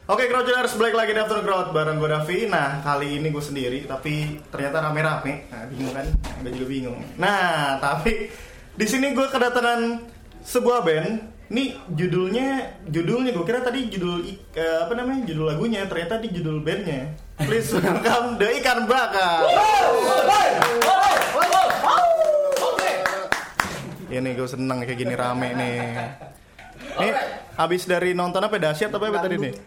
Oke, Crowdtuners, balik lagi di Afternoon Crowd bareng gue Davi. Nah, kali ini gue sendiri, tapi ternyata rame-rame. Nah, bingung kan? Gue juga bingung. Nah, tapi di sini gue kedatangan sebuah band. Nih judulnya gue kira tadi judul judul lagunya, ternyata di judul bandnya. Please welcome The Ikan Bakar. Ya nih, gue seneng kayak gini rame nih. Nih, habis dari nonton apa dahsyat apa tadi nih?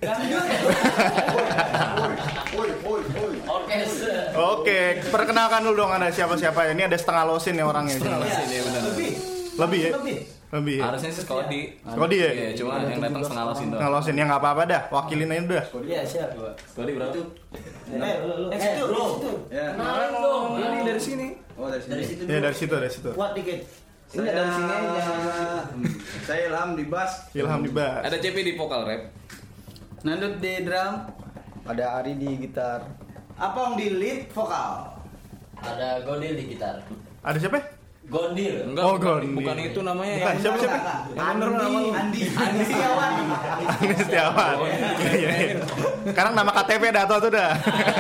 Oke, perkenalkan dulu dong Anda siapa-siapa ya. Ini ada setengah losin ya orangnya. Lebih ya? Lebih ya? Harusnya sih Skodi ya? Iya, cuma yang datang setengah losin doang. Setengah losin, ya nggak apa-apa dah. Wakilin aja udah. Iya, siap. Skodi berapa? Situ, bro. Kenalan dong. Ini dari sini. Oh, dari situ. Ya dari situ. Kuat dikit. Ini dari sini aja. Saya Ilham di bass. Ilham di bass. Ada CP di vokal rap. Nandut di drum. Ada Ari di gitar. Apong di lead vokal. Ada Gondil di gitar. Ada siapa? Gondil. Enggak, Oh, bukan itu namanya. Bukan, siapa? Andi Setiawan. Andi Setiawan. Iya. Sekarang nama KTP dah tuh dah.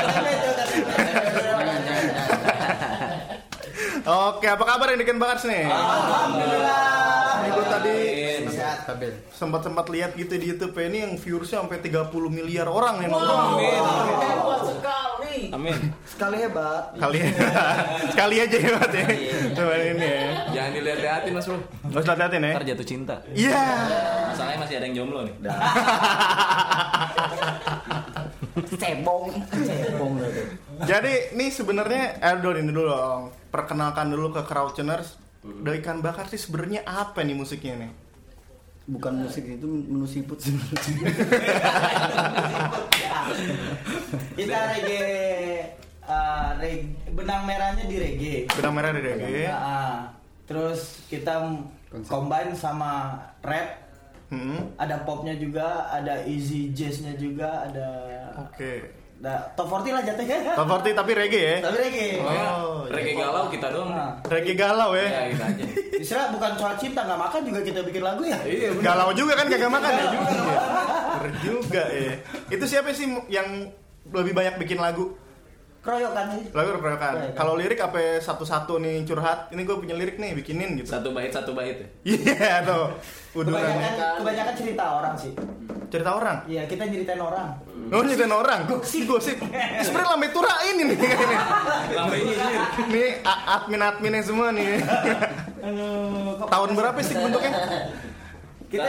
Oke, apa kabar yang Ikan Bakar nih? Alhamdulillah. Ini gue tadi Stabil. sempat lihat gitu di YouTube ya, ini yang viewersnya sampai 30 miliar orang nih nonton. Hebat sekali. Amin. Sekali hebat. Sekali aja hebat ya. Coba ini ya. Jangan dilihat-lihatin Mas Bro. Gak usah liatin ya. Ntar jatuh cinta. Iya. Masalahnya masih ada yang jomblo nih. Cebong tuh. Jadi nih sebenarnya ini dulu dong. Perkenalkan dulu ke Crowdtuners. The Ikan Bakar sih sebenarnya apa nih musiknya nih? Bukan musik, itu menu siput sebenarnya. Kita reggae, benang merahnya di reggae. Benang merah dari reggae. Terus kita combine sama rap. Ada popnya juga, ada easy jazznya juga, ada. Oke. Top 40 lah jatuhnya. Top 40 tapi reggae ya? Tapi reggae. Oh, Reggae galau kita doang. reggae galau ya? Ya, kita aja. Istilah bukan soal cinta, nggak makan juga kita bikin lagu ya. Iya, bener. Galau juga kan kagak makan ya juga. Bener juga ya. Itu siapa sih yang lebih banyak bikin lagu? Keroyokan sih. Lagu keroyokan. Kalau lirik apa satu-satu nih curhat, ini gue punya lirik nih bikinin gitu. Satu bait ya. Iya tuh. Udunan. Kebanyakan cerita orang sih. Cerita orang. Iya, kita nyeritain orang. Oh, nyeritain orang. Gosip. Sebenarnya lambe tura ini nih kayaknya. Lambainya ini. Nih admin-adminnya semua nih. Tahun berapa sih bentuknya? Kita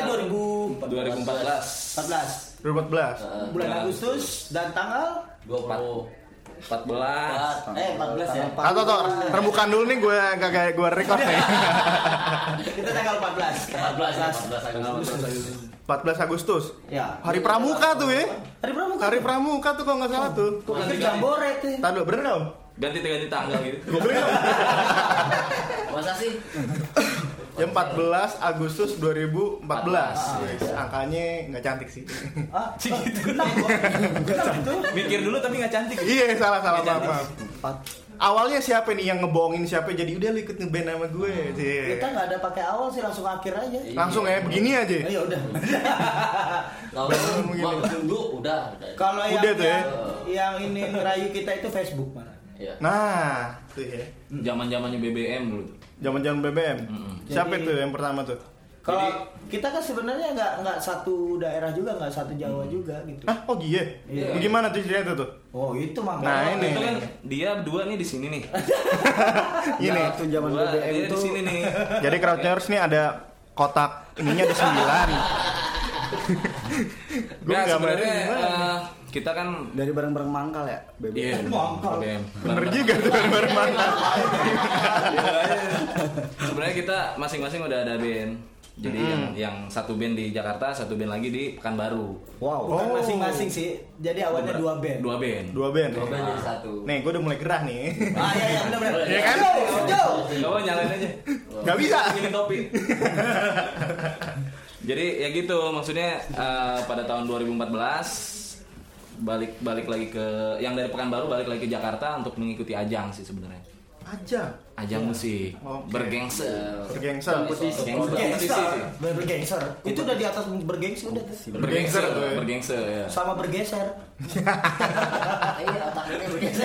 2014. 2014. bulan Agustus dan tanggal 20. 14 ya. Atau rembukan dulu nih gue record nih. Kita tanggal 14 Agustus. 14 Agustus. Ya. Hari Pramuka tuh ya. Hari Pramuka tuh kalau nggak salah tuh. Itu jambore tuh. Tadi bener dong. ganti tanggal gitu. Masa sih? Jam 14 Agustus 2014. Angkanya nggak cantik sih. Mikir dulu tapi nggak cantik. Iya, salah maaf. Awalnya siapa nih yang ngebohongin siapa, jadi udah lu ikut ngeband sama gue. Kita nggak ada pakai awal sih, langsung akhir aja. Langsung ya begini aja. Ya udah. Lalu dulu udah. Kalau Udah tuh ya. yang ini ngerayu kita itu Facebook mana? Iya. Nah, tuh ya. Zaman-zamannya BBM dulu tuh. Zaman-zaman BBM. Siapa Jadi- tuh yang pertama tuh? Kalau kita kan sebenarnya nggak satu daerah juga, nggak satu Jawa juga gitu. Ah, oh iya. Iya. Bagaimana tuh cerita tuh? Oh itu Nah, makanya. ini. Itu kan dia berdua nih di sini nih. Ini. Waktu zaman Dua, BBM dia di tuh sini nih. Jadi Crowdtuners nih ada kotak ininya ada 9. Gue Nah, nggak sebenarnya gimana. kita kan dari barang-barang mangkal ya BBM. BBM. Bener juga tuh bareng mana. Sebenarnya kita masing-masing udah ada band. Jadi yang satu band di Jakarta, satu band lagi di Pekanbaru. Wow. Bukan masing-masing sih. Jadi awalnya dua band. Dua band. Dua band. Dua band jadi satu. Nih, gue udah mulai gerah nih. Iya benar. Iya kan? Yo. Gak nyalain aja. Gak bisa. Ini topi. Jadi ya gitu, maksudnya pada tahun 2014 balik lagi ke yang dari Pekanbaru balik lagi ke Jakarta untuk mengikuti ajang sih sebenarnya. Ajang musik. Oke. Bergengser. Bergengser. Bergengser. Itu udah di atas bergengsi udah. Bergengser. Bergengser ya. Sama bergeser. Iya, otaknya bergeser.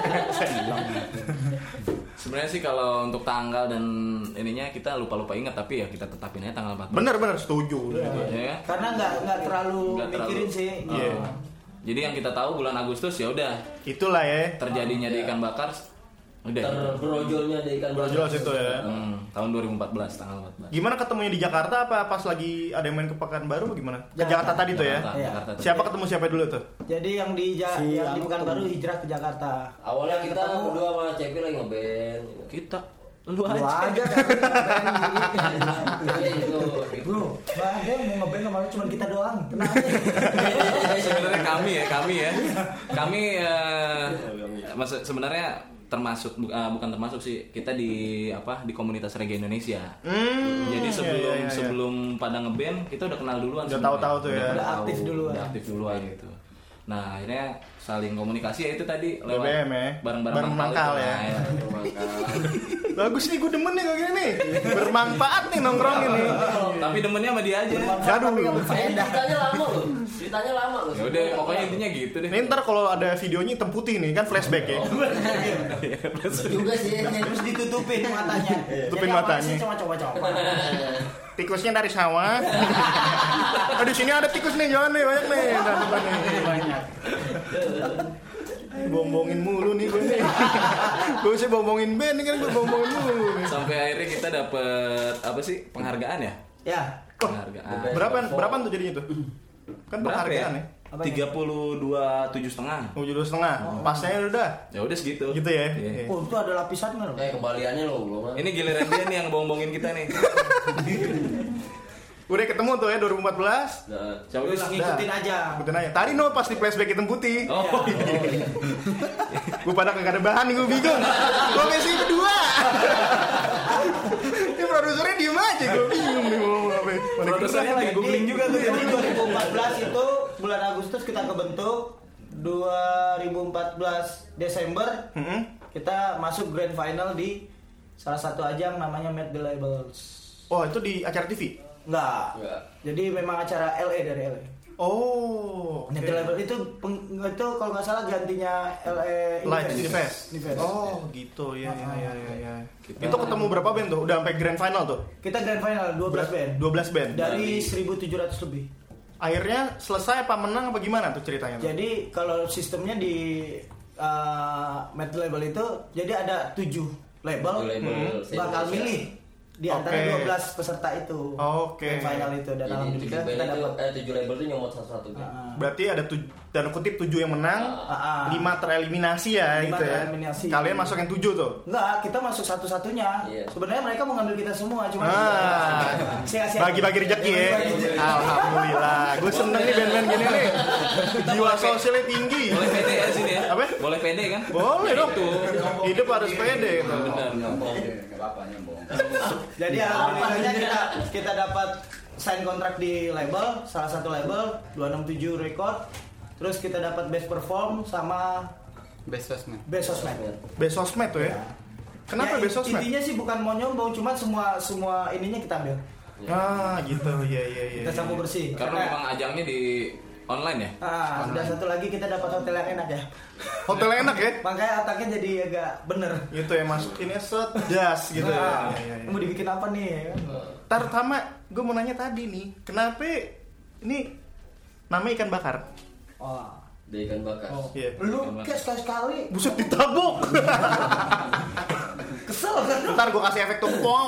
Sebenarnya sih kalau untuk tanggal dan ininya kita lupa ingat, tapi ya kita tetapin aja tanggal 14. Bener setuju. Ya. Karena nggak terlalu Nggak mikirin terlalu. sih. Iya. Jadi yang kita tahu bulan Agustus ya udah Itulah ya. terjadinya di ikan bakar udah. Terbrojolnya di ikan bakar. Jelas itu ya. Tahun 2014 tanggal 14. Gimana ketemunya di Jakarta apa pas lagi ada yang main ke Pekanbaru apa gimana? Ke Jakarta tadi tuh ya. Iya. Jakarta tuh. Siapa ketemu siapa dulu tuh? Jadi yang di yang di Pekanbaru hijrah ke Jakarta. Awalnya kita berdua sama Cepi lagi ngeband. Kita lu Lu aja. aja kan Iya itu. bro, nggak ada yang mau ngeband sama lu, cuma kita doang. Tenang Sebenarnya kami ya. Kami maksud sebenarnya termasuk bukan termasuk sih, kita di komunitas reggae Indonesia. Jadi sebelum pada ngeband kita udah kenal duluan. Udah sebenarnya. tahu-tahu tuh ya. Udah aktif duluan. Udah aktif duluan gitu. Nah akhirnya saling komunikasi ya itu tadi lewat BBM ya. bareng-bareng Bareng mangkal itu. ya. Nah, ya. Bagus nih, gue demen nih kayak gini nih. Bermanfaat nih nongkrong ini. Tapi demennya sama dia aja. Aduh. Ceritanya lama loh. Ya udah pokoknya intinya gitu deh. Ini ntar kalau ada videonya hitam putih nih kan flashback ya. Juga sih. terus ditutupin matanya. Tutupin Jadi matanya. awalnya sih coba-coba. Tikusnya dari sawah. Oh, di sini ada tikus nih, jangan nih banyak nih. Nah, depan nih banyak. Bombongin mulu nih gue nih. Gue sih bombongin band nih kan, gue bombongin mulu nih. Sampai akhirnya kita dapet apa sih penghargaan ya? Ya. Penghargaan. Berapaan tuh jadinya tuh? Kan Berapa penghargaan ya. 32,7,5. 7,5. Pasnya udah. Ya udah segitu. Gitu ya. Iya. Oh, itu ada lapisannya loh. Kembaliannya lo belum. Ini giliran dia nih yang bohong-bohongin kita nih. Udah ketemu tuh ya 2014. Nah, Coba Terus ngikutin aja. Ikutin aja. Tadi no pas di flashback hitam putih. Oh, Gue pada kagak ada bahan nih, gue bingung. Gue mesti berdua. Ini produsernya diem aja, gue bingung nih mau apa. produsernya lagi googling juga tuh. Jadi 2014 itu bulan Agustus kita kebentuk. 2014 Desember kita masuk grand final di salah satu ajang namanya Meet the Labels. Oh, itu di acara TV? Enggak. Jadi memang acara LA dari LA. Oh, Meet the Labels itu kalau nggak salah gantinya LA Live Invest. Invest. Oh, gitu ya. Itu ketemu berapa band tuh? Udah sampai grand final tuh? Kita grand final 12 band. 12 band. Dari 1.700 lebih. Akhirnya selesai apa menang apa gimana tuh ceritanya tuh? Jadi kalau sistemnya di Meet the Label itu jadi ada 7 label, bakal milih di antara 12 peserta itu. Oke. Grand final itu dan alhamdulillah kita dapat 7 label itu nyomot satu-satu. Berarti ada dan kutip 7 yang menang, 5 tereliminasi ya 5 gitu ya. tereliminasi. Kalian masuk yang 7 tuh. Enggak, kita masuk satu-satunya. Iya. Sebenarnya mereka mau ngambil kita semua, cuma sia-sia. Bagi-bagi rezeki ya. Alhamdulillah. Gue seneng nih band-band gini nih. Jiwa sosialnya tinggi. Boleh pede ya sini ya? Apa? Boleh pede kan? Boleh dong. Hidup harus pede gitu. Jadi alhamdulillahnya kita dapat sign kontrak di label, salah satu label 267 Record. Terus kita dapat best perform sama Best sosmed. best sosmed. Best sosmed tuh ya. Kenapa best sosmed? Intinya sih bukan mau nyombong, cuma semua ininya kita ambil. Ah, gitu. Iya. Kita sapu bersih. Karena memang ajangnya di online ya. Dan satu lagi kita dapat hotel yang enak ya. Hotel enak ya? Makanya otaknya jadi agak bener. Gitu ya, masukinnya set jas gitu ya. Mau dibikin apa nih? Pertama, gue mau nanya tadi nih, kenapa ini namanya ikan bakar? Oh. Dari ikan bakar. Iya. Lu kayak sekali-sekali Buset ditabok. kesel kan? Ntar gue kasih efek tuh.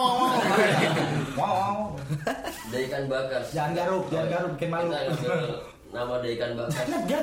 Wow. Dari ikan bakar. Jangan garuk bikin malu. Kita ambil nama dari ikan bakar.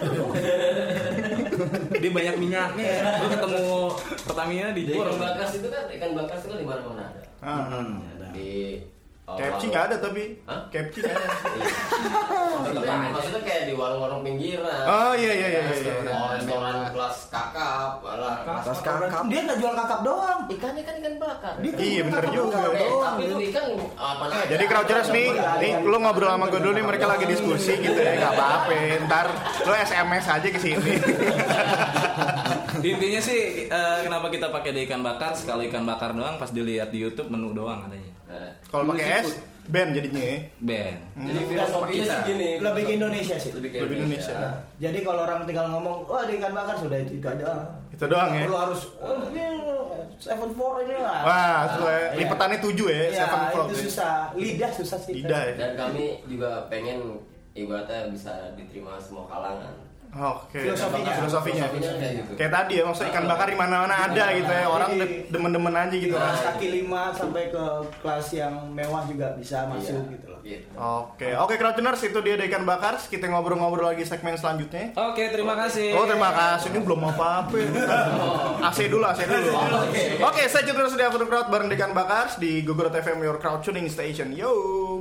Dia banyak minyaknya ya. Lu ketemu Pertamina di Dari Bor. ikan bakar itu kan di mana-mana ada. Di KFC nggak ada tapi. Hah? KFC nggak ada. Maksudnya kayak di warung-warung pinggiran. Oh iya. Restoran kelas kakap, Kelas kakap. Dia nggak jual kakap doang. Ikannya kan ikan bakar. Iya bener juga. Tapi itu ikan apa namanya? Jadi Crouchers nih lu ngobrol sama gue dulu nih, mereka lagi diskusi gitu ya, nggak apa-apa. Ntar lu SMS aja ke sini. Intinya sih kenapa kita pakai ikan bakar? Kalau ikan bakar doang pas dilihat di YouTube menu doang katanya. Kalau pakai es band jadinya. Ben. Jadi filosofinya sih gini. Lebih ke Indonesia sih. Lebih ke Lebih Indonesia. Jadi kalau orang tinggal ngomong, wah ada ikan bakar sudah itu aja. Itu doang ya. Perlu harus ini 7-4 ini lah. Wah, lipetannya 7 ya, Iya, 7 itu susah. Lidah susah sih. Lidah ya. Dan kami juga pengen ibaratnya bisa diterima semua kalangan. Oke. Filosofinya kayak gitu. Kayak tadi ya, maksudnya ikan bakar di mana-mana ada gitu ya. Orang demen-demen aja gitu kan. Kelas kaki 5 sampai ke kelas yang mewah juga bisa masuk gitu loh. Gitu. Oke, Crowdtuners, itu dia ada ikan bakar. Kita ngobrol-ngobrol lagi segmen selanjutnya. Oke, terima kasih. Oh, terima kasih. Ini belum apa-apa. AC dulu. Oke, saya terus di After Crowd bareng Ikan Bakar di Gogoro FM, your crowd tuning station. Yo.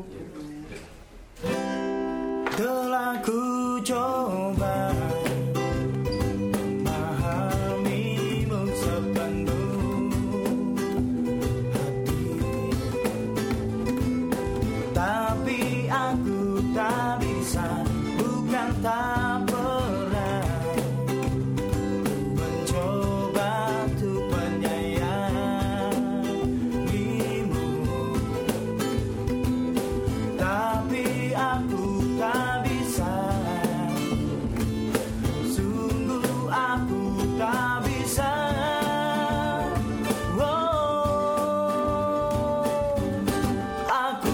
Telah ku coba memahamimu sepenuh hati, tapi aku tak bisa, bukan tak pernah mencoba untuk menyayangimu, tapi aku tak bisa, sungguh aku tak bisa. Aku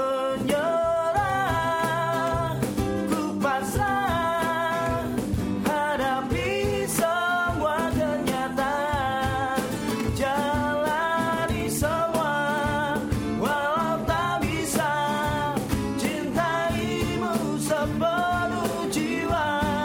menyerah, ku pasrah, hadapi semua kenyataan, jalani semua, walau tak bisa, cintaimu sepenuh jiwa.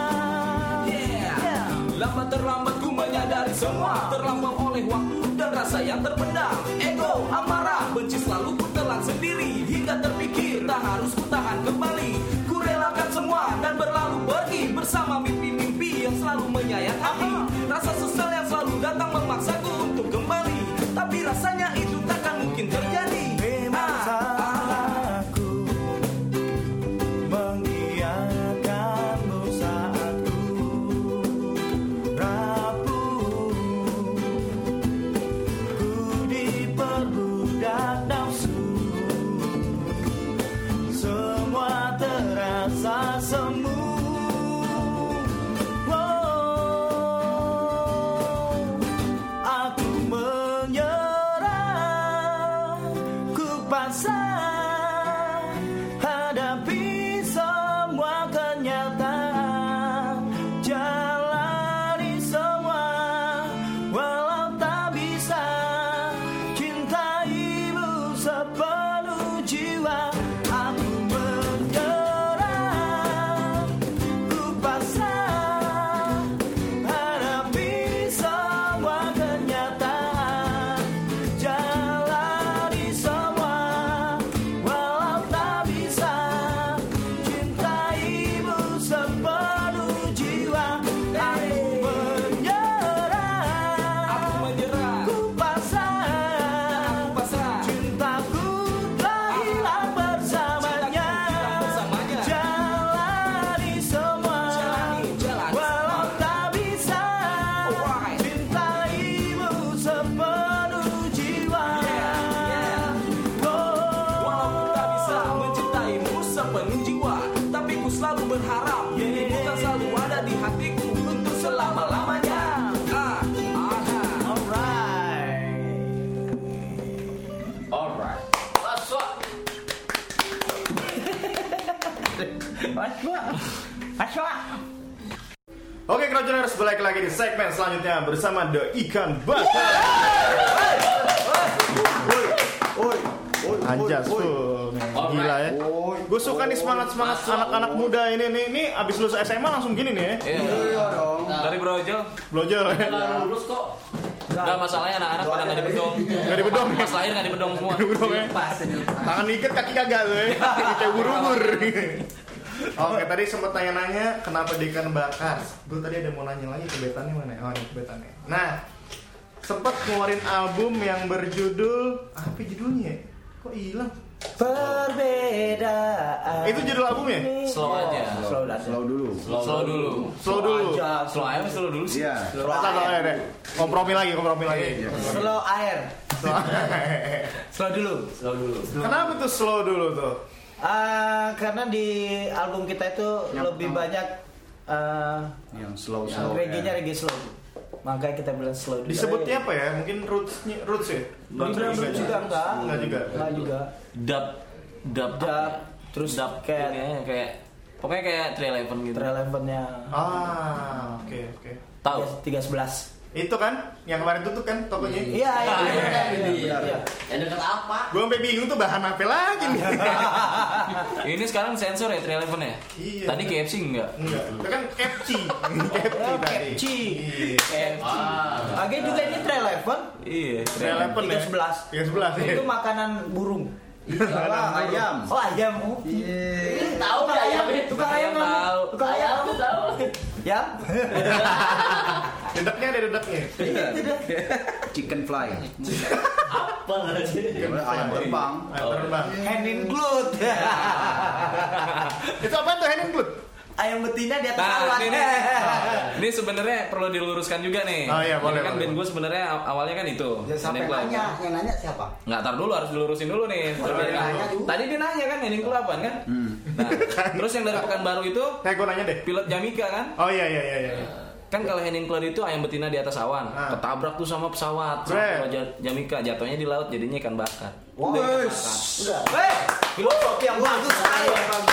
Lambat terlambat ku menyadari semua, terlambat oleh waktu dan rasa yang terpendam. Ego, amarah, benci selalu ku telan sendiri, hingga terpikir tak harus ku tahan kembali. Ku relakan semua dan berlalu pergi bersama mimpi-mimpi yang selalu menyayat hati. Rasa sesal yang selalu datang memaksaku untuk kembali, tapi rasanya itu takkan mungkin terjadi. Memang salahku mengiyakanmu saat ku rapuh, ku diperbudak nafsu, semua terasa semu. Aku menyerah, ku pasrah, hadapi semua kenyataan, jalani semua, walau tak bisa, cintaimu sepenuh jiwa. Aku menyerah, ku pasrah, hadapi semua kenyataan, jalani semua, walau tak bisa, cintaimu sepenuh jiwa. Aku menyerah, ku pasrah, cintaku telah hilang bersamanya, jalani semua, walau tak bisa, cintaimu sepenuh jiwa. Walaupun tak bisa mencintaimu sepenuh jiwa, tapi ku selalu berharap ini bukan selalu ada di hatiku untuk selama-lamanya. Alright. Oke, Crowdtuners, balik lagi di segmen selanjutnya bersama The Ikan Bakar. Anjas tuh, gila ya. Gue suka nih semangat anak-anak muda ini nih. Ini abis lulus SMA langsung gini nih ya. Iya dong. Dari brojol. Blojol ya. Lulus kok. Gak masalahnya anak-anak pada nggak dibedong. Nggak dibedong ya. Pas lahir nggak dibedong semua. Dibedong ya. Tangan ikat, kaki kagak tuh ya. Kita ubur-ubur. Oke, tadi sempat tanya-nanya kenapa di ikan bakar. Gue tadi ada mau nanya lagi kebetannya mana? Oh, ini kebetannya. Nah, sempat ngeluarin album yang berjudul apa judulnya? Kok hilang? Perbedaan. Itu judul albumnya? Slow aja. Slow dulu. Slow dulu. Slow dulu. Slow aja slow dulu sih. Iya. Kata deh. Kompromi lagi. Slow air. Slow dulu. Kenapa tuh slow dulu tuh? Karena di album kita itu lebih banyak Yang slow. reggae slow. Makanya kita bilang slow dulu. Disebutnya apa ya? Mungkin roots ya? Dibilang roots juga enggak juga. Dub. Terus Dub kayak pokoknya kayak 311 gitu. 311-nya. Oke. Tahu? 311. Itu kan yang kemarin tutup kan tokonya? Iya. Yang dekat apa? Gue sampai bingung tuh bahan apa lagi nih. Ini sekarang sensor ya 311 ya? Iya. Tadi KFC enggak? Enggak. Itu kan Capci tadi. Capci. Iya. Agak juga ini 311. Iya. 311 ya? 311 ya. Itu makanan burung. Ayam. Oh ayam. Tahu nggak ayam itu? Tukang ayam tahu. Tukang ayam tahu. Ya. Dedeknya ada dedeknya. Chicken fly. Apa sih? Ayam terbang. Terbang. Hand in glue. Itu apa tuh hand in glue? Ayam betina di atas Nah, awan. ini sebenarnya perlu diluruskan juga nih. Oh iya, boleh, Ini kan boleh. band gue sebenarnya awalnya kan itu. Ya, sampai Handing Club. nanya, yang nanya siapa? Nggak, tar dulu harus dilurusin dulu nih. nanya dulu. Tadi dia nanya kan Handing Club kan? Nah, terus yang dari Pekanbaru itu Gue nanya deh. pilot Jamika kan? Oh iya. Kan kalau Henning Cloud itu ayam betina di atas awan, ketabrak tuh sama pesawat. Kalau Jamika jatuhnya di laut jadinya ikan bakar. Filosofi yang bagus sekali.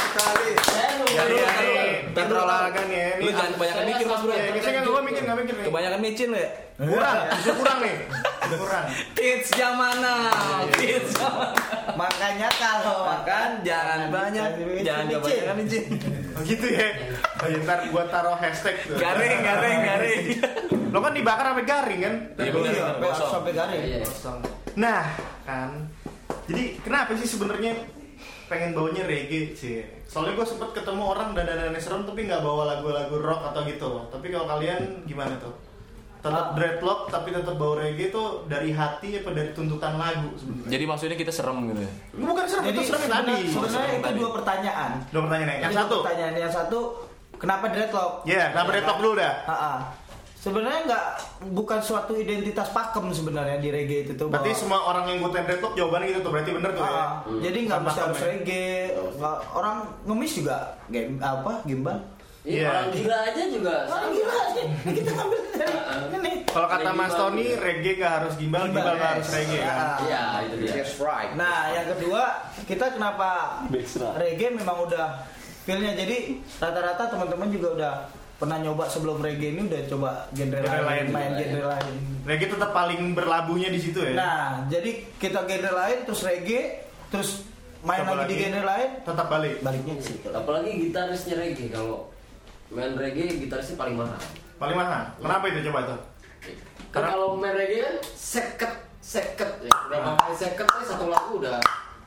Pinter olahraga nih ya. Lu jangan kebanyakan mikir Mas Bro. Biasanya gue nggak mikir nih. Kebanyakan micin lu ya. Kurang nih. Kurang. Kids zaman now. Makanya kalau Makan jangan banyak, jangan kebanyakan micin. Oh gitu ya. Ntar gue taruh hashtag tuh. Garing. Lo kan dibakar sampai garing kan? Iya benar, kosong. sampai garing. Nah kan. Jadi kenapa sih sebenarnya pengen baunya reggae sih? Soalnya gue sempet ketemu orang dandanannya serem tapi nggak bawa lagu-lagu rock atau gitu. Tapi kalau kalian gimana tuh? Tetap dreadlock tapi tetap bau reggae tuh dari hati apa dari tuntutan lagu sebenarnya? Jadi maksudnya kita serem gitu ya. Bukan serem, Jadi itu serem yang tadi. sebenarnya itu Tadi. dua pertanyaan. Dua pertanyaan yang Jadi satu. Pertanyaan yang satu, kenapa dreadlock? Iya, kenapa dreadlock dulu dah? Sebenarnya bukan suatu identitas pakem sebenarnya di reggae itu tuh. Berarti semua orang yang ngikutin dreadlock jawabannya gitu tuh, berarti bener tuh ya? Jadi nggak Tanpa mesti harus pakem ya? reggae. Orang ngemis juga gimbal. Iya, orang gila aja juga. Orang gila aja. Kita ngambil dari ini. Kalau kata Mas Tony, reggae gak harus gimbal gak harus reggae kan? Iya, itu dia. That's right. Nah, yang kedua, kita kenapa reggae memang udah feel-nya. Jadi rata-rata teman-teman juga udah pernah nyoba sebelum reggae ini udah coba genre lain, main genre lain. Reggae tetap paling berlabuhnya di situ ya? Nah, jadi kita genre lain terus reggae terus main Tetap lagi di lagi. genre lain, Tetap balik? baliknya ke situ. Apalagi gitarisnya reggae, kalau main reggae gitarisnya paling mahal. Paling mahal? Kenapa itu coba tuh? Kan kalau main reggae kan seket ya. Berapa kali seket satu lagu udah.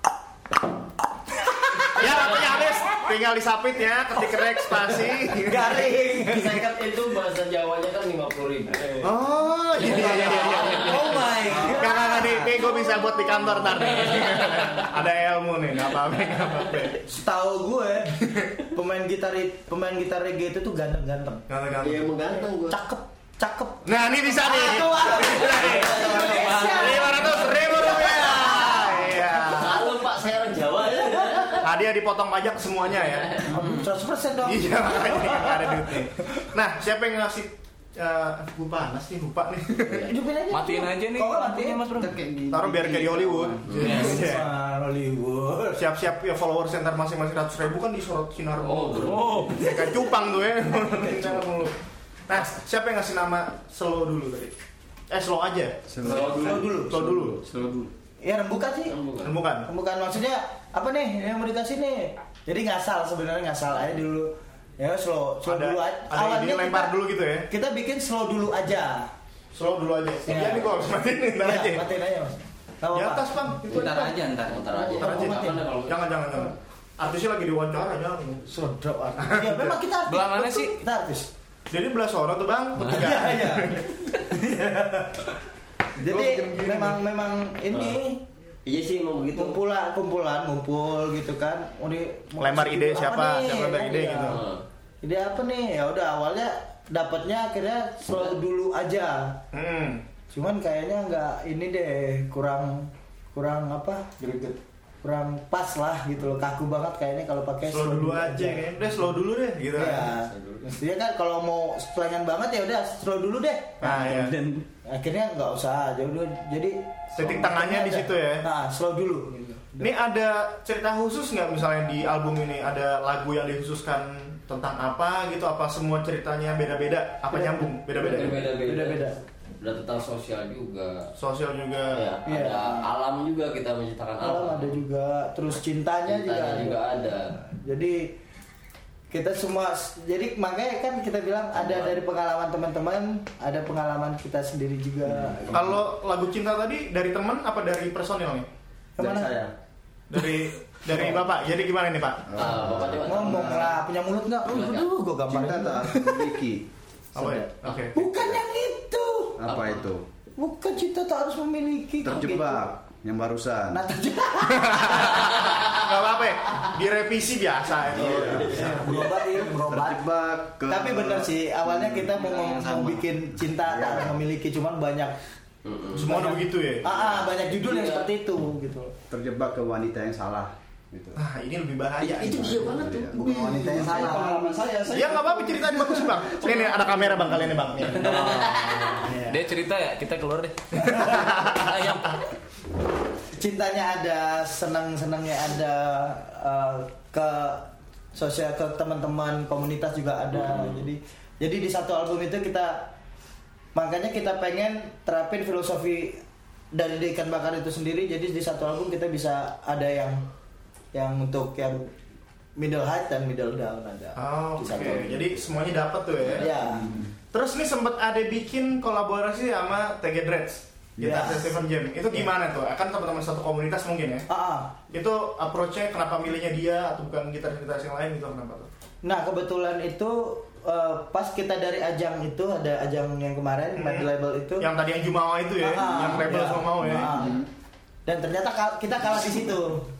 Ya, waktunya habis. Tinggal disapit ya, ketik rek spasi. Garing. Seket itu bahasa Jawanya kan 50.000. Oh, iya. Oh my. Kakak nih gue bisa buat di kantor ntar nih. Ada ilmu nih, nggak apa-apa. Setahu gue pemain gitar reggae itu tuh ganteng-ganteng. Iya emang ganteng gue. Cakep. Nah, ini bisa nih. Rp500.000. Iya. Halo Pak, saya orang Jawa ya. Hadiah dipotong pajak semuanya ya. 100% dong. Iya, makanya nggak ada duitnya. Nah, siapa yang ngasih gue panas nih, lupa nih. Hidupin aja. Matiin aja nih, matiin Mas Bro. Taruh biar kayak di Hollywood. Iya. Hollywood. Siap-siap ya followers center masing-masing 100.000 kan disorot sinar. Oh. Kayak cupang tuh ya. Nah, siapa yang ngasih nama slow dulu tadi? Slow aja. Slow dulu. Ya rembukan sih. Bukan. Rembukan maksudnya apa nih yang mau dikasih nih? Jadi ngasal sebenarnya ngasal aja dulu. Ya slow dulu aja. Ada ide lempar dulu gitu ya. Kita bikin slow dulu aja. Slow dulu aja. Ya. Iya nih gue harus matiin ntar aja. Matiin aja mas. Di atas bang. Itu Ntar aja. aja ntar. Ntar aja. Ntar aja. Kapan ya kalau Jangan. Artisnya lagi diwawancara jangan. Sedap. Ya memang kita artis. Belah mana Betul, sih? Kita artis. Jadi belah sono tuh bang. Iya. Jadi memang ini Iya sih mau begitu. Ngumpul gitu kan. Lempar ide siapa lempar ide ya. gitu. Ide apa nih? Ya udah awalnya dapatnya akhirnya slow dulu aja. Cuman kayaknya nggak ini deh, kurang apa? Greget. Kurang pas lah gitu loh, kaku banget kayaknya kalau pakai slow dulu aja kayaknya. Udah slow dulu deh gitu. Iya. Mestinya kan kalau mau selingan banget ya udah slow dulu deh. Nah, ya. Dan akhirnya nggak usah jadi titik tengahnya di situ ya. Nah, slow dulu gitu. Ini ada cerita khusus nggak misalnya di album ini ada lagu yang dikhususkan tentang apa gitu? Apa semua ceritanya beda-beda? Apa nyambung? Beda-beda. Udah tentang sosial juga. Ya, ada alam juga, kita menciptakan alam. Ada juga, terus cintanya juga ada. Jadi kita semua, jadi makanya kan kita bilang ada dari pengalaman teman-teman, ada pengalaman kita sendiri juga. Kalau lagu cinta tadi dari teman apa dari personil nih? Kemana? Dari saya. Dari Bapak. Jadi gimana nih Pak? Bapak coba Ngomong lah, punya mulut nggak? Gue gambarin. Cinta tak memiliki. Apa ya? Oke. Bukan yang itu. Apa itu? Bukan cinta tak harus memiliki. Terjebak yang barusan. Nah, Gak apa-apa ya? Direvisi biasa itu. berobat. Terjebak ke. Tapi bener sih, awalnya kita mau bikin cinta tak harus memiliki, cuman banyak. Semua udah begitu ya? Banyak judul yang seperti itu gitu. Terjebak ke wanita yang salah. Gitu. Nah ini lebih bahaya. Itu dia banget tuh. Bukan wanita yang salah. Pengalaman saya. Ya nggak apa-apa ceritanya bagus bang. Ini ada kamera bang kalian nih bang. Dia cerita ya, kita keluar deh. Ayam. Cintanya ada, senangnya ada, ke sosial, ke teman-teman komunitas juga ada. Jadi di satu album itu makanya kita pengen terapin filosofi dari Ikan Bakar itu sendiri. Jadi di satu album kita bisa ada yang untuk yang middle height dan middle down ada. Oke. Jadi semuanya dapat tuh ya. Ya. Terus nih sempat ada bikin kolaborasi sama TG Dreads. Gitarnya Steven Jam. Itu gimana tuh? Kan teman-teman satu komunitas mungkin ya. Itu approach-nya kenapa milihnya dia atau bukan gitaris-gitaris yang lain gitu, kenapa tuh? Nah kebetulan itu pas kita dari ajang itu, ada ajang yang kemarin Mad Label itu. Yang tadi yang Jumawa itu ya, yang Rebel semua mau ya. Dan ternyata kita kalah di situ.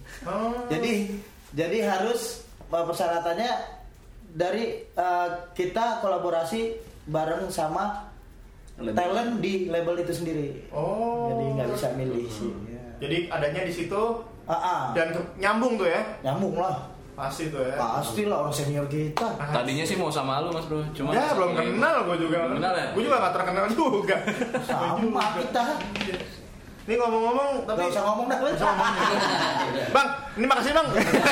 Jadi harus persyaratannya dari kita kolaborasi bareng sama talent di label itu sendiri. Jadi nggak bisa milih sih. Jadi adanya di situ. Dan nyambung tuh ya? Nyambung lah. Pasti tuh ya. Pasti lah, orang senior kita. Tadinya sih mau sama lu mas bro, cuma ya belum kenal gue juga. Kenal ya? Gue juga nggak terkenal juga. Sama kita. Ini ngomong-ngomong, tapi nggak usah ngomong dah. Bang, ini makasih bang.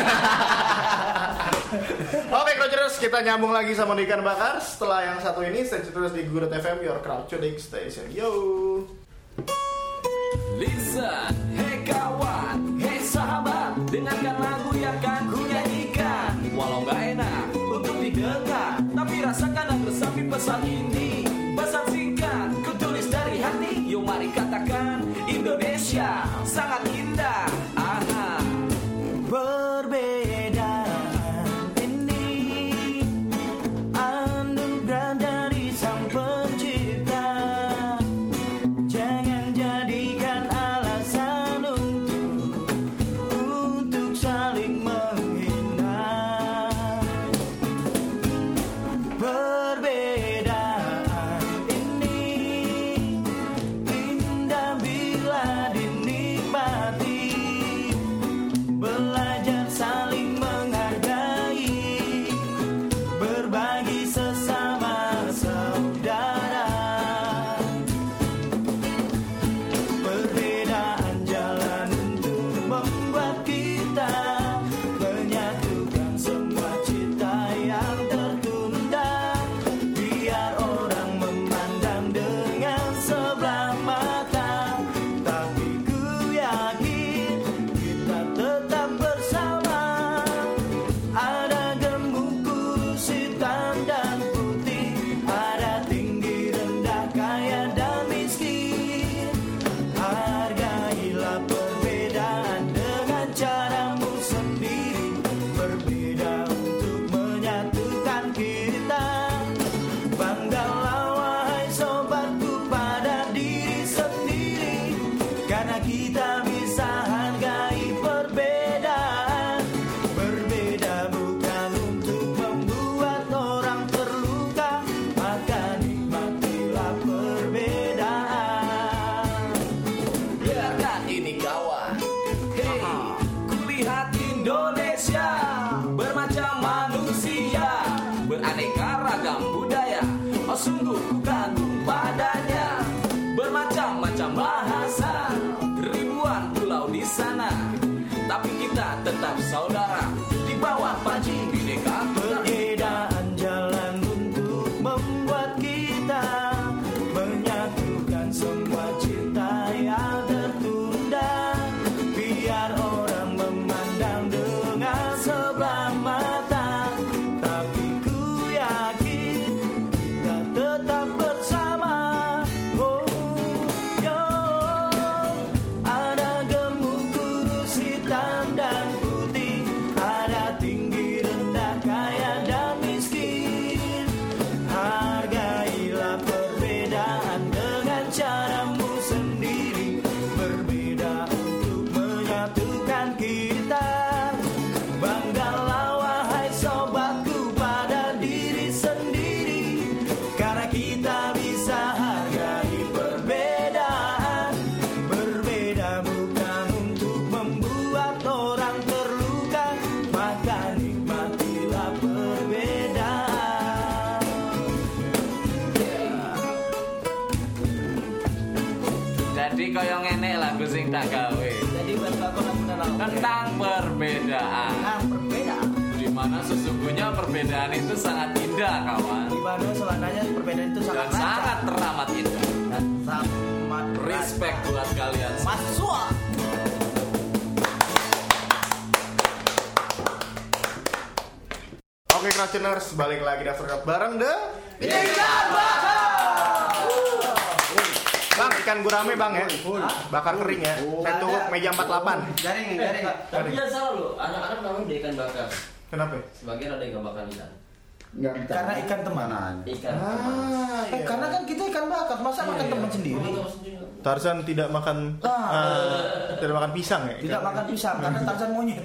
Oke, Crowders, kita nyambung lagi sama Ikan Bakar. Setelah yang satu ini, stay terus di Guru FM, your crowd tuning station. Yo. Listen, hey kawan, hey sahabat, dengarkan lagu yang akan ku nyanyikan. Walau gak enak untuk didengar, tapi rasakan dan resapi pesan ini. Pesan singkat, ku tulis dari hati. Yuk mari katakan, Indonesia sangat indah. Perbedaan ini anugerah dari Sang Pencipta. Jangan jadikan alasan untuk saling menghina. Perbedaan Oh sungguh ku kagum padanya. Bermacam-macam bahasa, ribuan pulau di sana, tapi kita tetap saudara di bawah panji Bhinneka Tunggal Ika. Perbedaan jalan untuk membuat kita menyatukan semua cinta yang tertunda. Biar orang memandang dengan sebelah mata, tapi ku yakin kita tetap bersama. Oh, yo, ada gemuk kurus hitam dan putih, ada tinggi rendah kaya dan miskin. Hargailah perbedaan dengan caramu sendiri, berbeda untuk menyatukan kita. Banggalah wahai sobatku pada diri sendiri, karena kita bisa hargai perbedaan. Berbeda bukan untuk membuat orang terluka, maka nikmatilah perbedaan. Jadi koyo ngene lagu sing tak gawe Jadi buat aku tentang perbedaan. perbedaan. Di mana sesungguhnya perbedaan itu sangat indah, kawan. Di mana sebenarnya perbedaan itu Dan sangat teramat indah. dan sangat Respect buat kalian. Masuk. Oke Crowdtuners, balik lagi di Aftercut bareng deh. Bang, ikan gurame bang ya, bakar kering ya. Saya tunggu meja 48. Jaring. Tapi jangan salah loh, anak-anak namanya dia ikan bakar. Kenapa? Sebagian ada yang gak bakar ikan. Karena ikan temanan. Ikan. Iya. Karena kan kita ikan bakar, masa makan teman sendiri? Tarzan tidak makan tidak makan pisang ya? Tidak makan pisang karena Tarzan monyet.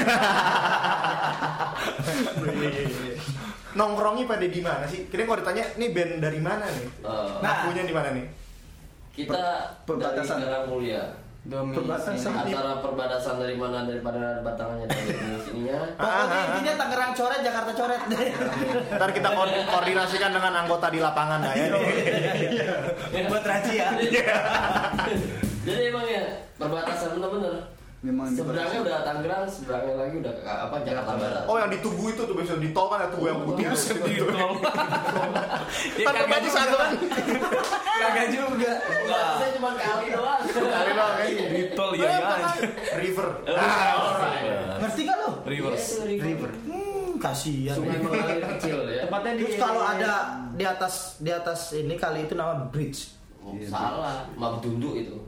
Nongkrongnya pada di mana sih? Kira kalau ditanya, nih band dari mana nih? Ngakunya di mana nih? Kita Perbatasan. dari Karang Mulia. Perbatasan. Antara perbatasan dari mana, daripada batangannya dari sininya. Pokoknya intinya Tangerang coret, Jakarta coret. Ntar kita koordinasikan dengan anggota di lapangan lah ya. Buat razia. Jadi emang ya perbatasan bener-bener. Memang Seberangnya udah Tangerang, seberangnya lagi udah Jakarta Barat. Oh yang di Tugu itu tuh biasanya di tol kan ada Tugu yang putih. Di tol. Ya Tanpa kagak baju juga. satu kan? Kagak juga. Enggak, saya cuma kali doang. Kali doang ya. Di tol ya ya. River. Ngerti kan lo? Rivers. River. Kasihan. Sungai mengalir kecil ya. Tempatnya di Terus kalau ada di atas ini kali itu nama bridge. Oh, salah, Magdundu itu.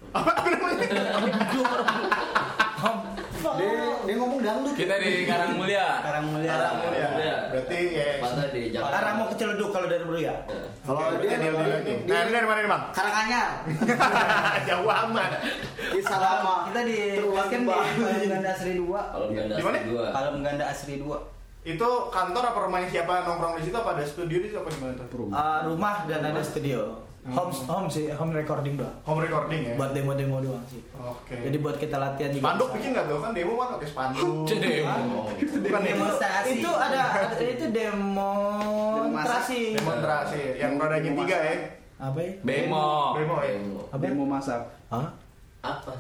dia ngomong dangdut. Kita di Karang Mulia. Karang Mulia. Ya. Berarti ya. Pantai di Jakarta. Arah mau ke Ciledug kalau dari Bulu ya. Kalau dia Nah ini dari mana nih bang? Karanganyar. Jauh amat. Di Salama. Kita di basket di Palem Ganda Asri 2. Kalau Ganda Di mana? Asri 2. Palem Ganda Asri 2. Itu kantor apa rumahnya siapa nongkrong di situ apa ada studio di situ apa gimana tuh? Rumah dan ada studio. Home recording doang. Home recording ya. Buat demo-demo doang sih. Oke. Jadi buat kita latihan juga. Spanduk bisa. bikin nggak tuh kan demo kan pakai spanduk. Demo. Bukan demo. Itu ada itu demonstrasi. Demonstrasi yang rodanya 3 ya. Apa ya? Bemo. Demo ya. Apa? Demo masak. Hah? Apa?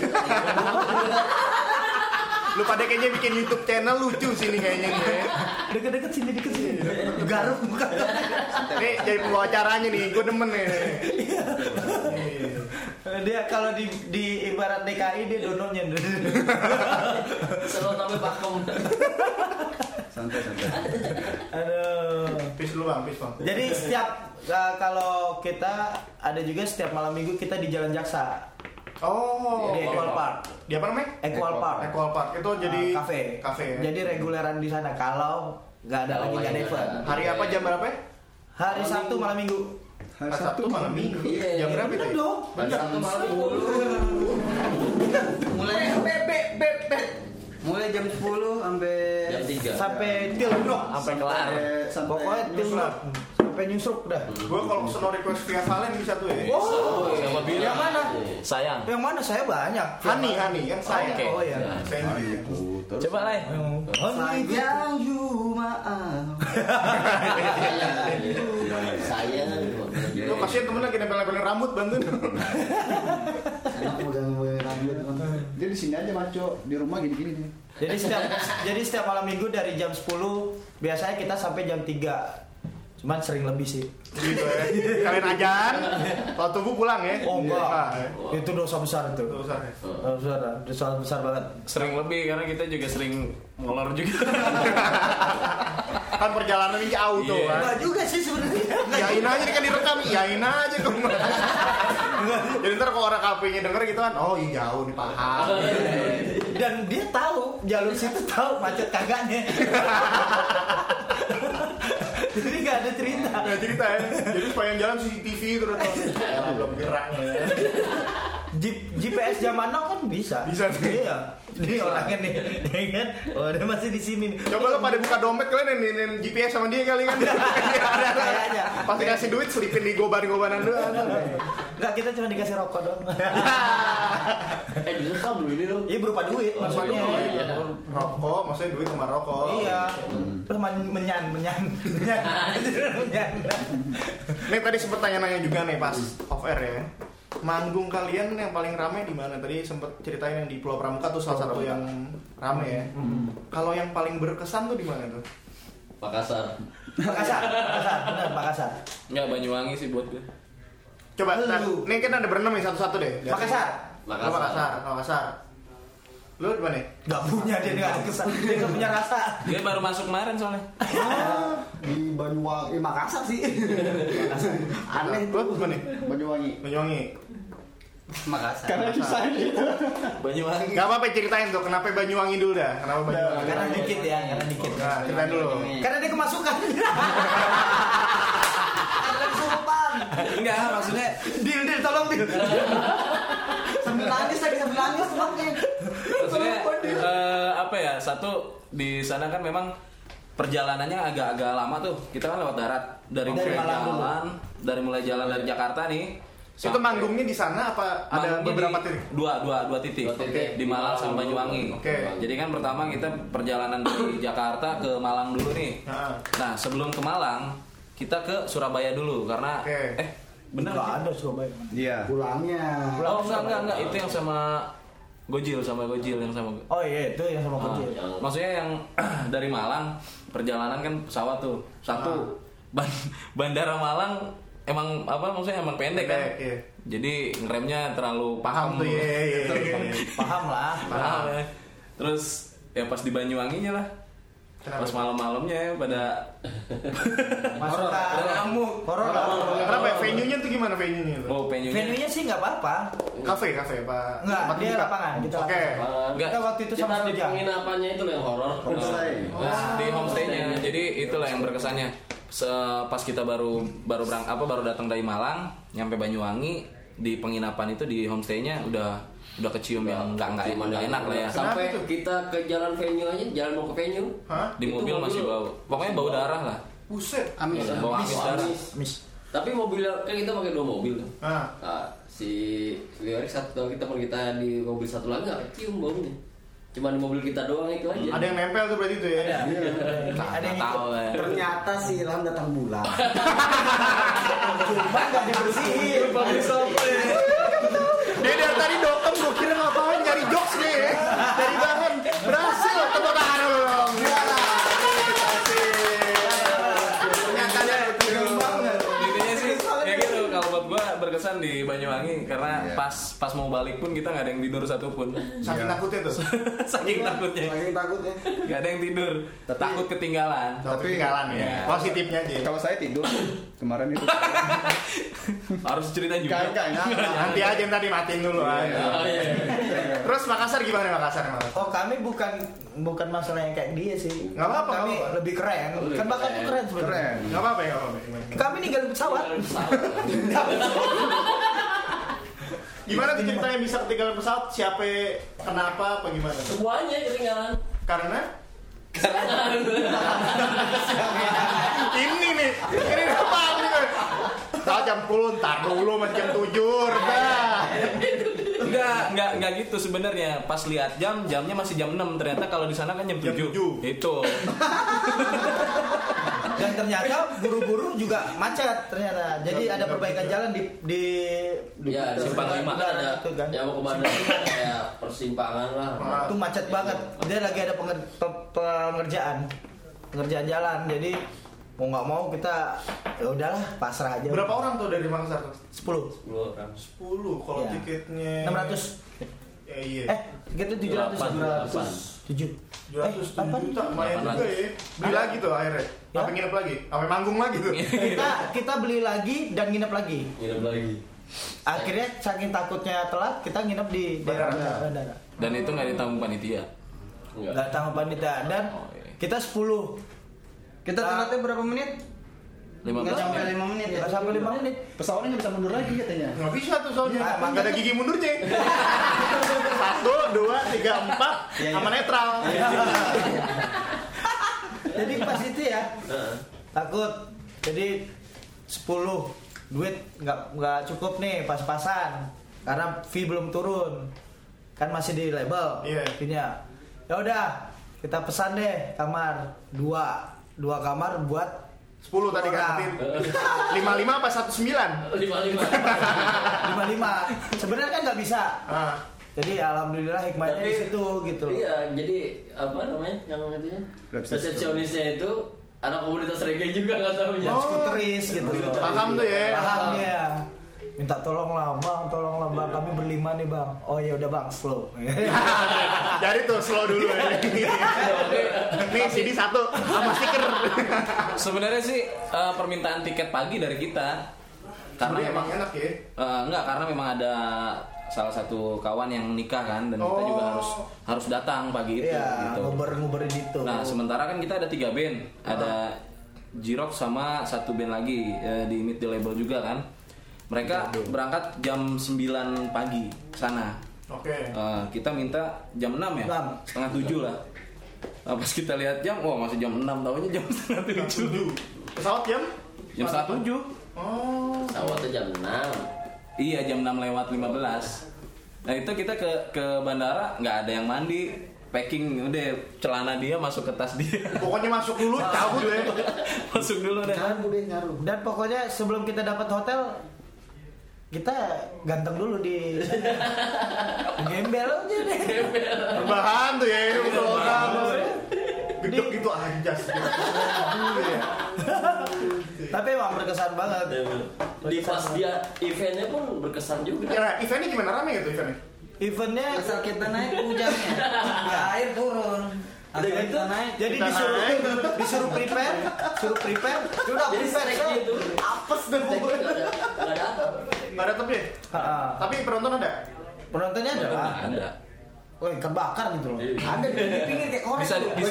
Lu pada kayaknya bikin YouTube channel lucu sini kayaknya nih. Deket-deket sini, deket sini. Garuk bukan. Nih jadi pembawa acaranya nih, gue demen nih. Dia kalau di ibarat DKI dia dononya. Selalu sampai pakem. Santai. Aduh. Peace dulu bang, peace bang. Jadi setiap kalau kita ada juga setiap malam minggu kita di Jalan Jaksa. Oh, Di Equal Park. Di apa namanya? Equal Park. Equal Park itu jadi Cafe. Cafe. Ya? Jadi reguleran di sana kalau nggak ada lagi nggak ada event. Hari apa jam berapa ya? Hari Sabtu malam minggu. Hari Sabtu malam minggu. Iya. Jam berapa itu? Dong. Hari Sabtu malam minggu. Mulai jam 10 sampai Jam 3. Sampai til bro. Sampai kelar. Pokoknya til bro. Sampai nyusruk dah. Gue kalau pesen request via Valen bisa tuh ya. Oh, Siapa bilang? yang mana? Sayang. Yang mana saya banyak. Hani kan saya. Oke. Oh ya. Saya ini. Coba lah. Sayang you maaf. Saya Lu kasihan temen lagi nempel-nempelin rambut, bantuin. Enak megang rambut. Dia di sini aja maco, di rumah gini-gini nih. Jadi setiap malam minggu dari jam 10 biasanya kita sampai jam 3. Cuman sering lebih sih. Gitu ya. Kalian ajan, kalau tunggu pulang ya. Oh enggak. Nah, Itu dosa besar itu. Dosa ya. Dosa besar banget. Sering lebih karena kita juga sering molor juga. Kan perjalanannya jauh tuh kan. Enggak juga sih sebenarnya. Yain aja nih kan direkam, yain aja tuh. Jadi ntar kalau orang KP-nya denger gitu kan, oh iya jauh nih paham. Dan dia tahu jalur situ tahu macet kagaknya. Jadi nggak ada cerita. Nggak cerita ya. Jadi sepanjang jalan CCTV terus belum gerak ya. GPS zaman now kan bisa. Bisa nih. Iya. Ini orangnya nih, ya kan? Oh, dia masih di sini nih. Coba lo pada buka dompet kalian yang GPS sama dia kali kan. Kayaknya. Pasti kasih duit selipin di goban-gobanan doang. Enggak, kita cuma dikasih rokok doang. Justru dulu ini loh. Iya berupa duit maksudnya. Rokok, maksudnya duit sama rokok. Iya. Terus menyan. Nih tadi sempet tanya-nanya juga nih pas off air ya. Manggung kalian yang paling rame di mana? Tadi sempet ceritain yang di Pulau Pramuka tuh salah satu yang rame ya. Kalau yang paling berkesan tuh di mana tuh? Makassar. Benar Makassar. Enggak, Banyuwangi sih buat gue. Coba, nih kan ada berenam nih satu-satu deh. Makassar. Lu di mana? Gak punya dia nggak ada kesan, dia nggak punya rasa. Dia baru masuk kemarin soalnya. Di Banyuwangi, Makassar sih. Aneh Lu di mana? Banyuwangi. Makassar. Karena susah gitu. Banyuwangi. Gak apa-apa ceritain tuh kenapa Banyuwangi dulu dah. Kenapa Banyuwangi? Karena dikit. Nah, ceritain dulu. Karena dia kemasukan. Ada kesurupan. Enggak, maksudnya Dil, tolong Dil. Sambil nangis temannya. maksudnya apa ya? Satu di sana kan memang perjalanannya agak-agak lama tuh. Kita kan lewat darat dari mulai jalan dari Jakarta nih. Itu manggungnya di sana apa ada beberapa titik? Dua titik. Di Malang sama Banyuwangi. Oke. Jadi kan pertama kita perjalanan dari Jakarta ke Malang dulu nih. Nah, sebelum ke Malang kita ke Surabaya dulu karena bener Nggak sih? ada Surabaya. Iya. Pulangnya. Oh enggak itu yang sama Gojil yang sama Oh iya itu yang sama kecil. maksudnya yang dari Malang perjalanan kan pesawat tuh satu bandara Malang emang maksudnya emang pendek kan Iya. jadi ngeremnya terlalu Paham tuh ya. Paham lah. ya. Terus ya pas di Banyuwanginya lah. Kenapa? Pas malam-malamnya pada Masuk pada ngamuk. horor. Kenapa? Venue-nya tuh gimana venue-nya tuh? Oh, Venue-nya sih nggak apa-apa. Kafe Pak. Enggak, Tempat dia buka. lapangan. Kita Oke. lapangan. Enggak. Kita waktu itu sama Kita di Soja. penginapannya itu loh yang horor. Di homestay-nya. Jadi itulah yang berkesannya. Pas kita baru datang dari Malang, nyampe Banyuwangi di penginapan itu di homestay-nya udah kecium yang nggak enak lah ya. Sampai Kenapa tuh? kita ke jalan venue aja, jalan mau ke venue. Hah? Di Itu mobil masih bau. Pokoknya bau darah lah. Buset. Amis. Bau amis darah. Tapi mobil kan kita pakai 2 mobil tuh. Ah. Nah, si Liorik satu kita di mobil satu lagi nggak kecium baunya. Cuma di mobil kita doang itu aja. Ada yang nempel tuh berarti itu ya. Ada yang Tahu lah. Ternyata si Ilham datang bulan. cuma nggak dibersihin. Dia dari tadi dokem, gue kira ngapain nyari jokes nih ya. Dari bahan berhasil tepuk tangan dong. Ternyata dia Intinya sih ya gitu kalau buat gua berkesan di Banyuwangi karena pas mau balik pun kita nggak ada yang tidur satupun. saking takutnya tuh. Saking takutnya. Saking takut ya. Nggak ada yang tidur. Takut ketinggalan. Tapi ketinggalan ya. Positifnya aja. Kalau saya tidur kemarin itu. Harus cerita juga. Nanti aja tadi matiin dulu aja. Terus Makassar gimana Makassar? Oh kami bukan masalah yang kayak dia sih. Nggak apa-apa, Kami nggak apa-apa. lebih keren. Kan bakal tuh keren sebenarnya. Keren. Gak apa-apa ya, gak apa-apa. Kami ninggalin pesawat. Gimana tuh ceritanya bisa ketinggalan pesawat? Siapa, kenapa, apa gimana? Semuanya ketinggalan. Karena ini nih, ini apa nih? Tahu jam 10, ntar dulu masih jam 7, Enggak gitu sebenarnya. Pas lihat jamnya masih jam 6. Ternyata kalau di sana kan jam 7. Jam 7. Itu. Dan ternyata buru-buru juga macet ternyata. Jadi ada perbaikan jalan di Ya, simpang 5 kan ada. itu kan. Ya mau kemana kayak persimpangan lah. Itu macet banget. Dia lagi ada pengerjaan jalan. Jadi mau nggak mau kita ya udahlah pasrah aja. Berapa orang tuh dari Makassar tuh? 10. 10 orang. 10. Kalau Iya. tiketnya 600. Ya iya. Tiketnya 700. 7. 707 juta lumayan juga ya. Beli lagi tuh akhirnya. Ya. Sampai nginep lagi. Sampai manggung lagi tuh. Kita beli lagi dan nginep lagi. Nginep lagi. Akhirnya saking takutnya telat kita nginep di bandara. Dan itu nggak ditanggung panitia. Enggak. Nggak tanggung panitia dan Oh, iya. kita 10. Kita telatnya berapa menit? 15 Nggak sampai menit. 5 menit ya. Nggak sampai 5 menit. Pesawatnya nggak bisa mundur lagi katanya. Nggak bisa tuh soalnya. Nah, Nggak ada gigi mundurnya. 1, 2, 3, 4 sama netral. Jadi pas itu ya takut. Jadi 10 duit nggak cukup nih pas-pasan karena fee belum turun kan masih di label Iya. fee-nya. Ya udah kita pesan deh kamar dua kamar buat 10 tadi kan. 55 apa 19? 55. 55. Sebenarnya kan nggak bisa. Ah. Jadi alhamdulillah hikmahnya di situ gitu loh. Iya, jadi apa namanya yang itunya? Resepsionisnya itu anak komunitas reggae juga nggak tahu ya. Skuteris gitu loh. Paham tuh ya. Paham dia. Minta tolonglah bang, kami berlima nih bang. Oh ya udah bang, slow. Jadi tuh slow dulu ya. Nih CD 1 sama stiker. Sebenarnya sih permintaan tiket pagi dari kita karena Sebenarnya memang emang enak ya. enggak, karena memang ada salah satu kawan yang nikah kan dan kita juga harus datang pagi itu Iya, gitu. nguberin itu. Nah, sementara kan kita ada 3 band, ada Jirox sama 1 band lagi di Meet the Label juga kan. Mereka berangkat jam 9 pagi sana. Oke. Kita minta jam 6 ya? 6. Setengah 7 lah. Nah, pas kita lihat jam, wah masih jam 6, tahunya jam setengah 7. Pesawat jam? Jam setengah 7. Oh. Pesawatnya jam 6. Iya, jam 6 lewat 15. Nah, itu kita ke bandara nggak ada yang mandi, packing udah celana dia masuk ke tas dia. Pokoknya masuk dulu, cabut ya. Masuk dulu deh. Ngaruh. Dan pokoknya sebelum kita dapat hotel kita ganteng dulu di gembel aja deh. Rebahan tuh ya, rebahan. Gedek gitu anjas gitu. Dulu ya. Tapi emang berkesan banget. Di pas dia eventnya pun berkesan juga. Ya, eventnya gimana, rame gitu eventnya? Eventnya Asal kita naik hujannya, ya air turun. Asal udah gitu, kita naik, jadi kita naik. disuruh prepare, udah Jadi prepare stage itu Apes deh stage pokoknya. nggak ada apa. Nggak ada tapi. Ha-ha. Tapi penonton ada. Penontonnya ada lah. Ada. Wah, ikan bakar gitu loh. ada di pinggir kayak korek.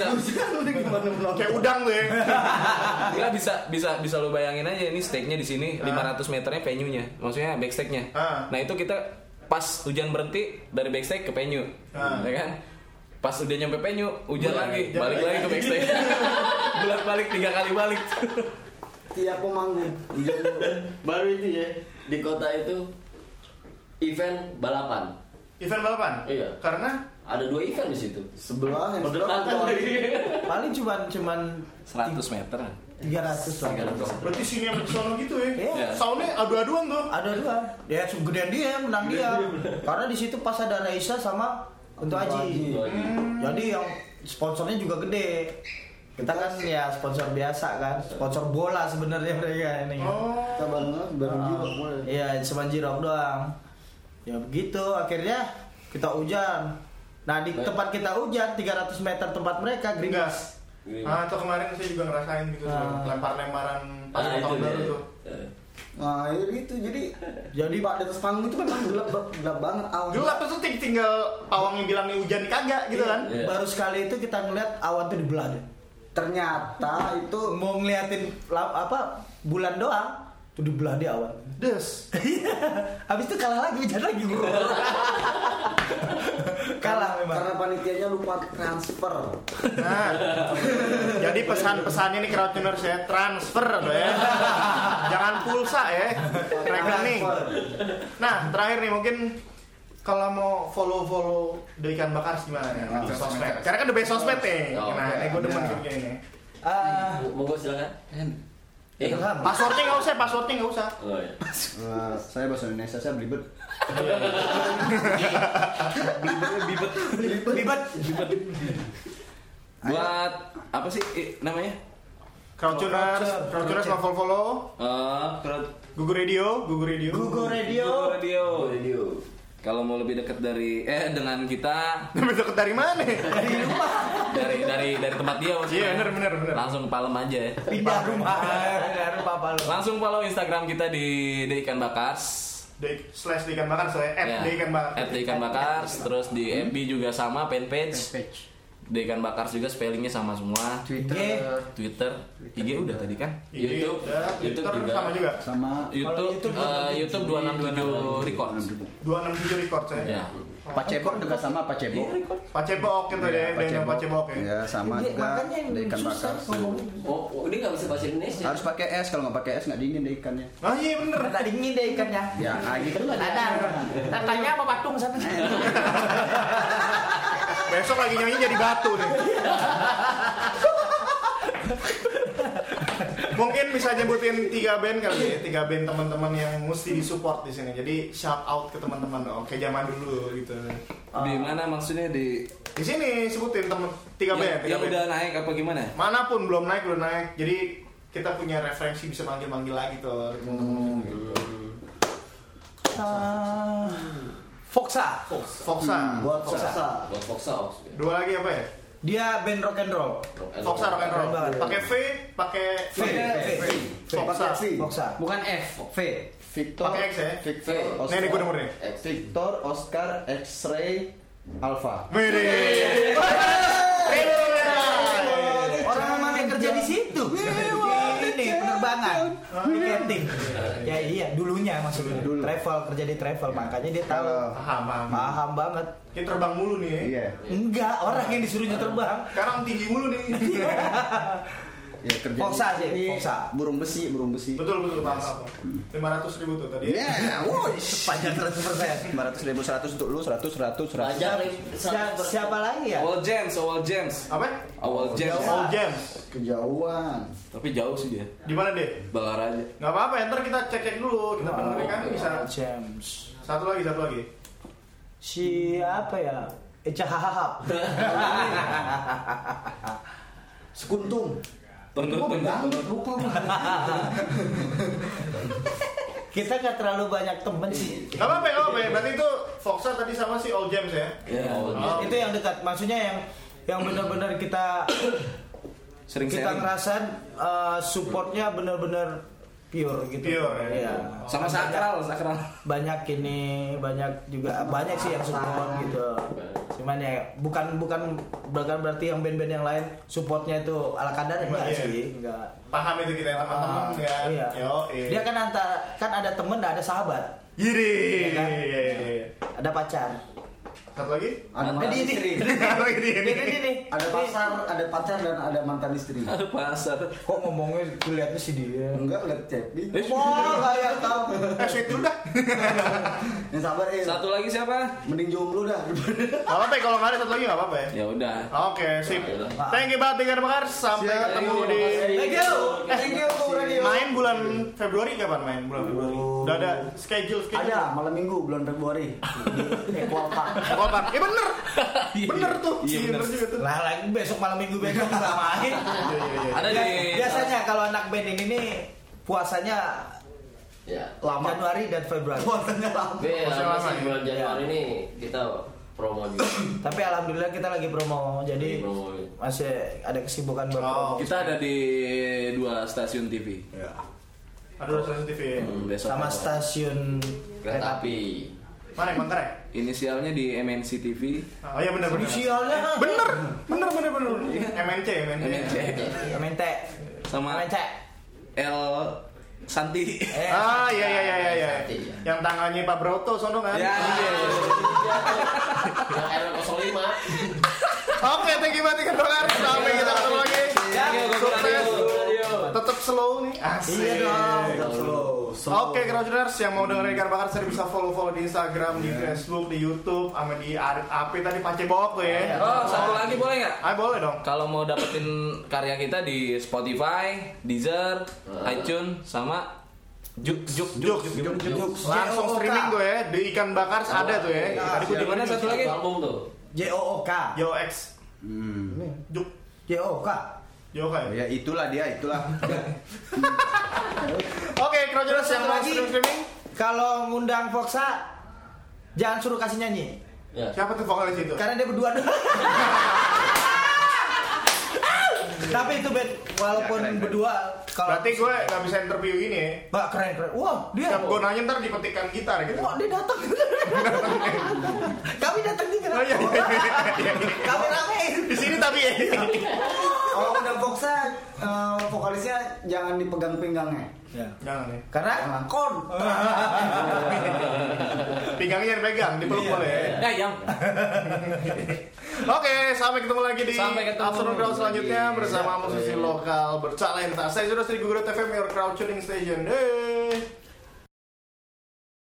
Bisa Kayak udang tuh ya. nggak bisa lo bayangin aja ini stage-nya di sini 500 meternya venue-nya. Maksudnya backstage-nya. Ah. Nah, itu kita pas hujan berhenti dari backstage ke venue. Ah. Ya kan? Pas udah nyampe venue, hujan lagi, hujan balik lagi ke backstage. Bolak-balik 3 kali balik. Tiap pemanggung. Baru itu ya di kota itu event balapan. Event balapan? Iya. Karena Ada 2 event di situ. Sebelah yang Berdekatan lagi. Paling cuman 100 meter. 300 lah. berarti sini yang sono gitu ya. Iya. Soundnya adu-aduan tuh. Ada dua. Dia gedean dia, menang dia. Karena di situ pas ada Raisa sama Kunto Aji. Jadi yang sponsornya juga gede. Kita kan ya sponsor biasa kan, sponsor bola sebenarnya mereka ini. Oh. kita baru Jirok mulai. Iya, cuma Jirok doang. Ya begitu, akhirnya kita hujan. Nah di tempat kita hujan 300 meter tempat mereka Enggak. gerimis. Ah, itu kemarin saya juga ngerasain gitu tuh, lempar-lemparan pas Ah, itu tahun baru dia. tuh. Nah ya gitu jadi Pak di atas panggung itu memang gelap banget awan. Gelap itu tinggal pawang yang bilang hujan kagak gitu kan. Iya. Baru sekali itu kita ngeliat awan tuh dibelah deh. Ternyata itu Mau ngeliatin bulan doang tuh dibelah di awan. Des. Habis itu kalah lagi, hujan lagi bro. Kalah memang. karena panitianya lupa transfer. Nah, jadi pesan-pesannya nih crowdtuners ya, transfer tuh ya. Jangan pulsa ya, rekening. Nah, terakhir nih mungkin kalau mau follow The Ikan Bakar gimana ya? Sosmed. Karena kan the best sosmed nih. Oh, Nah, ini gue demen kayak gini nih. Monggo silakan. Passwordnya nggak usah. Oh iya. Saya bahasa Indonesia, saya belibet. Buat apa sih namanya? Crowdtuners mau follow. Gugu Radio. Kalau mau lebih dekat dari dengan kita, Lebih dekat dari mana? Dari rumah. dari tempat dia maksudnya. Iya benar. Langsung palem aja. Pindah rumah. Langsung follow Instagram kita di Ikan Bakars. /ikan bakar @ikan bakars. Terus di FB juga sama fanpage. Ikan Bakars juga spellingnya sama semua. Twitter, IG udah tadi kan? YouTube juga. sama juga. Sama YouTube 267 Record. 267 record saya. Ya. Pak Cebok juga sama Pak Cebok. Pak Cebok gitu deh, dengan Pak Cebok ya. Ya sama juga ada ikan bakar. Oh, dia nggak bisa bahasa Indonesia. Harus pakai es, kalau nggak pakai es nggak dingin deh ikannya. Ah iya bener. Tak dingin deh ikannya. Ya, gitu lah. Ada. Tatanya apa patung sana? Besok lagi nyanyi jadi batu nih. Mungkin bisa nyebutin 3 band kali ya, 3 band teman-teman yang mesti disupport di sini. Jadi shout out ke teman-teman dong, kayak zaman dulu gitu. Di mana maksudnya di sini sebutin 3 band. yang udah naik apa gimana? Manapun belum naik. Jadi kita punya referensi bisa manggil lagi tuh. Foxa. Buat Foxa. 2 lagi apa ya? Dia band rock and roll. Foxa rock and roll. Pakai V, pakai Foxa. Bukan F, V. Victor, Pakai X ya? Victor, Nih gue denger nih. Victor, Oscar, X-ray, Alpha. Wih. Orang memang yang kerja di situ. Ini penerbangan, tiketing. Ya iya, dulunya maksudnya. Kerja di travel, makanya dia tahu. Paham banget. Kita terbang mulu nih ya. Iya. Enggak, orang yang disuruhnya terbang. Sekarang tinggi mulu nih. Ya kerja. Foxa sih, Foxa. Burung besi. Betul paham. 500.000 tuh tadi ya. Ya, woi. Pajak 100%. 500.000, 100 untuk lu, 100. Pajak Siapa lagi ya? Awal James. Apa? Awal James. All James. Kejauhan. Tapi jauh sih dia. Di mana deh? Balaraja. Nggak apa-apa, ntar kita cek dulu. Kita benerin kan bisa. James. Satu lagi. Siapa ya? Eca Hahahap. Sekuntum. Tunduk. Kita nggak terlalu banyak temen sih. Nggak apa-apa. Berarti itu Foxa tadi sama si All James ya? Ya, Itu yang dekat. Maksudnya yang benar-benar kita sering kita sharing. ngerasain supportnya benar-benar pure gitu. Pure, ya. Iya. Sama sakral. Banyak sih yang support gitu. Cuman ya bukan berarti yang band-band yang lain supportnya itu ala kadar enggak Iya. sih, enggak. Paham itu kita teman-teman ya. Iya. Dia kan ada temen, ada sahabat. Yiri. Iya kan? Iya. Ada pacar. Satu lagi? Ada mantan istri. Ini. Ada pacar dan ada mantan istri. Ada pasar. Kok ngomongnya kelihatannya sih dia. Enggak, lihat Cepi. Wah, kayak tahu. Sweet dulu dah. Yang sabar ya. Satu lagi siapa? Mending jomblo dah. Nggak apa-apa, kalau nggak ada satu lagi nggak apa-apa ya. Ya udah. Oke, sip. Thank you banget Ikan Bakar. Sampai Siap. ketemu di. Thank you radio. Main bulan Februari kapan main? Bulan Februari. Udah ada schedule. Ada malam minggu bulan Februari. Di Equalpark. Equalpark. Bener. Bener tuh. Iya, bener. juga tuh. Lah lagi besok malam minggu besok nggak main. Ada di Biasanya kalau anak band ini nih puasanya Ya. Lama. Januari dan Februari. Bulan Januari ini kita promo juga. Tapi alhamdulillah kita lagi promo, jadi Promo. masih ada kesibukan buat promo. kita ada di 2 stasiun TV. Aduh, stasiun TV. Besok Sama ada. stasiun Kereta api. Mana yang Manggarai? Inisialnya di MNC TV. Oh iya bener. Inisialnya Bener. MNC. MNT Sama MNC. L Santi. Ah iya. Yang tangannya Pak Broto sono kan? Ya. Yang R05. Oke, thank you banget Ikan Bakar. Sampai kita ketemu lagi. Thank you, Gogol Sukses. Radio. Tetap slow nih. Asik. Iya dong, gerak slow. Oke, Crowdtuners yang mau dengerin Ikan Bakar saya bisa follow di Instagram, di Facebook, di YouTube, sama di AP tadi Pacebok tuh ya. Oh, satu lagi boleh nggak? Boleh dong. Kalau mau dapetin karya kita di Spotify, Deezer, iTunes, sama Juk. Langsung streaming tuh ya di Ikan Bakar ada tuh ya. Tadi gue Di mana satu lagi? Album tuh. JOOK. Yo X Juk JOOK. Yo kayak. Ya itulah dia, itulah. Oke, Crowdtuners yang Satu mau lagi, streaming. kalau ngundang Foxa jangan suruh kasih nyanyi. Ya. Siapa tuh vokalis itu? Karena dia berdua doang. Tapi itu Ben, walaupun Ya, keren. berdua kalau Berarti gue gak bisa interview ini ya. Mbak keren. Wah, dia. Setiap gue nanya ntar dipetikan gitar gitu. Wah, dia datang. Kami datang juga. Oh iya. Kami rame. Di sini tapi ya. Kalau udah Foxa, vokalisnya jangan dipegang pinggangnya. Jangan ya. Karena kon. Pinggangnya dipegang, dipeluk boleh ya. Ya, yang. Oke, sampai ketemu lagi di Sampai ketemu Afternoon Crowd selanjutnya lagi. bersama musisi lokal bertalenta. Saya sudah Sri Gugurat FM, your crowd tuning station. Hey.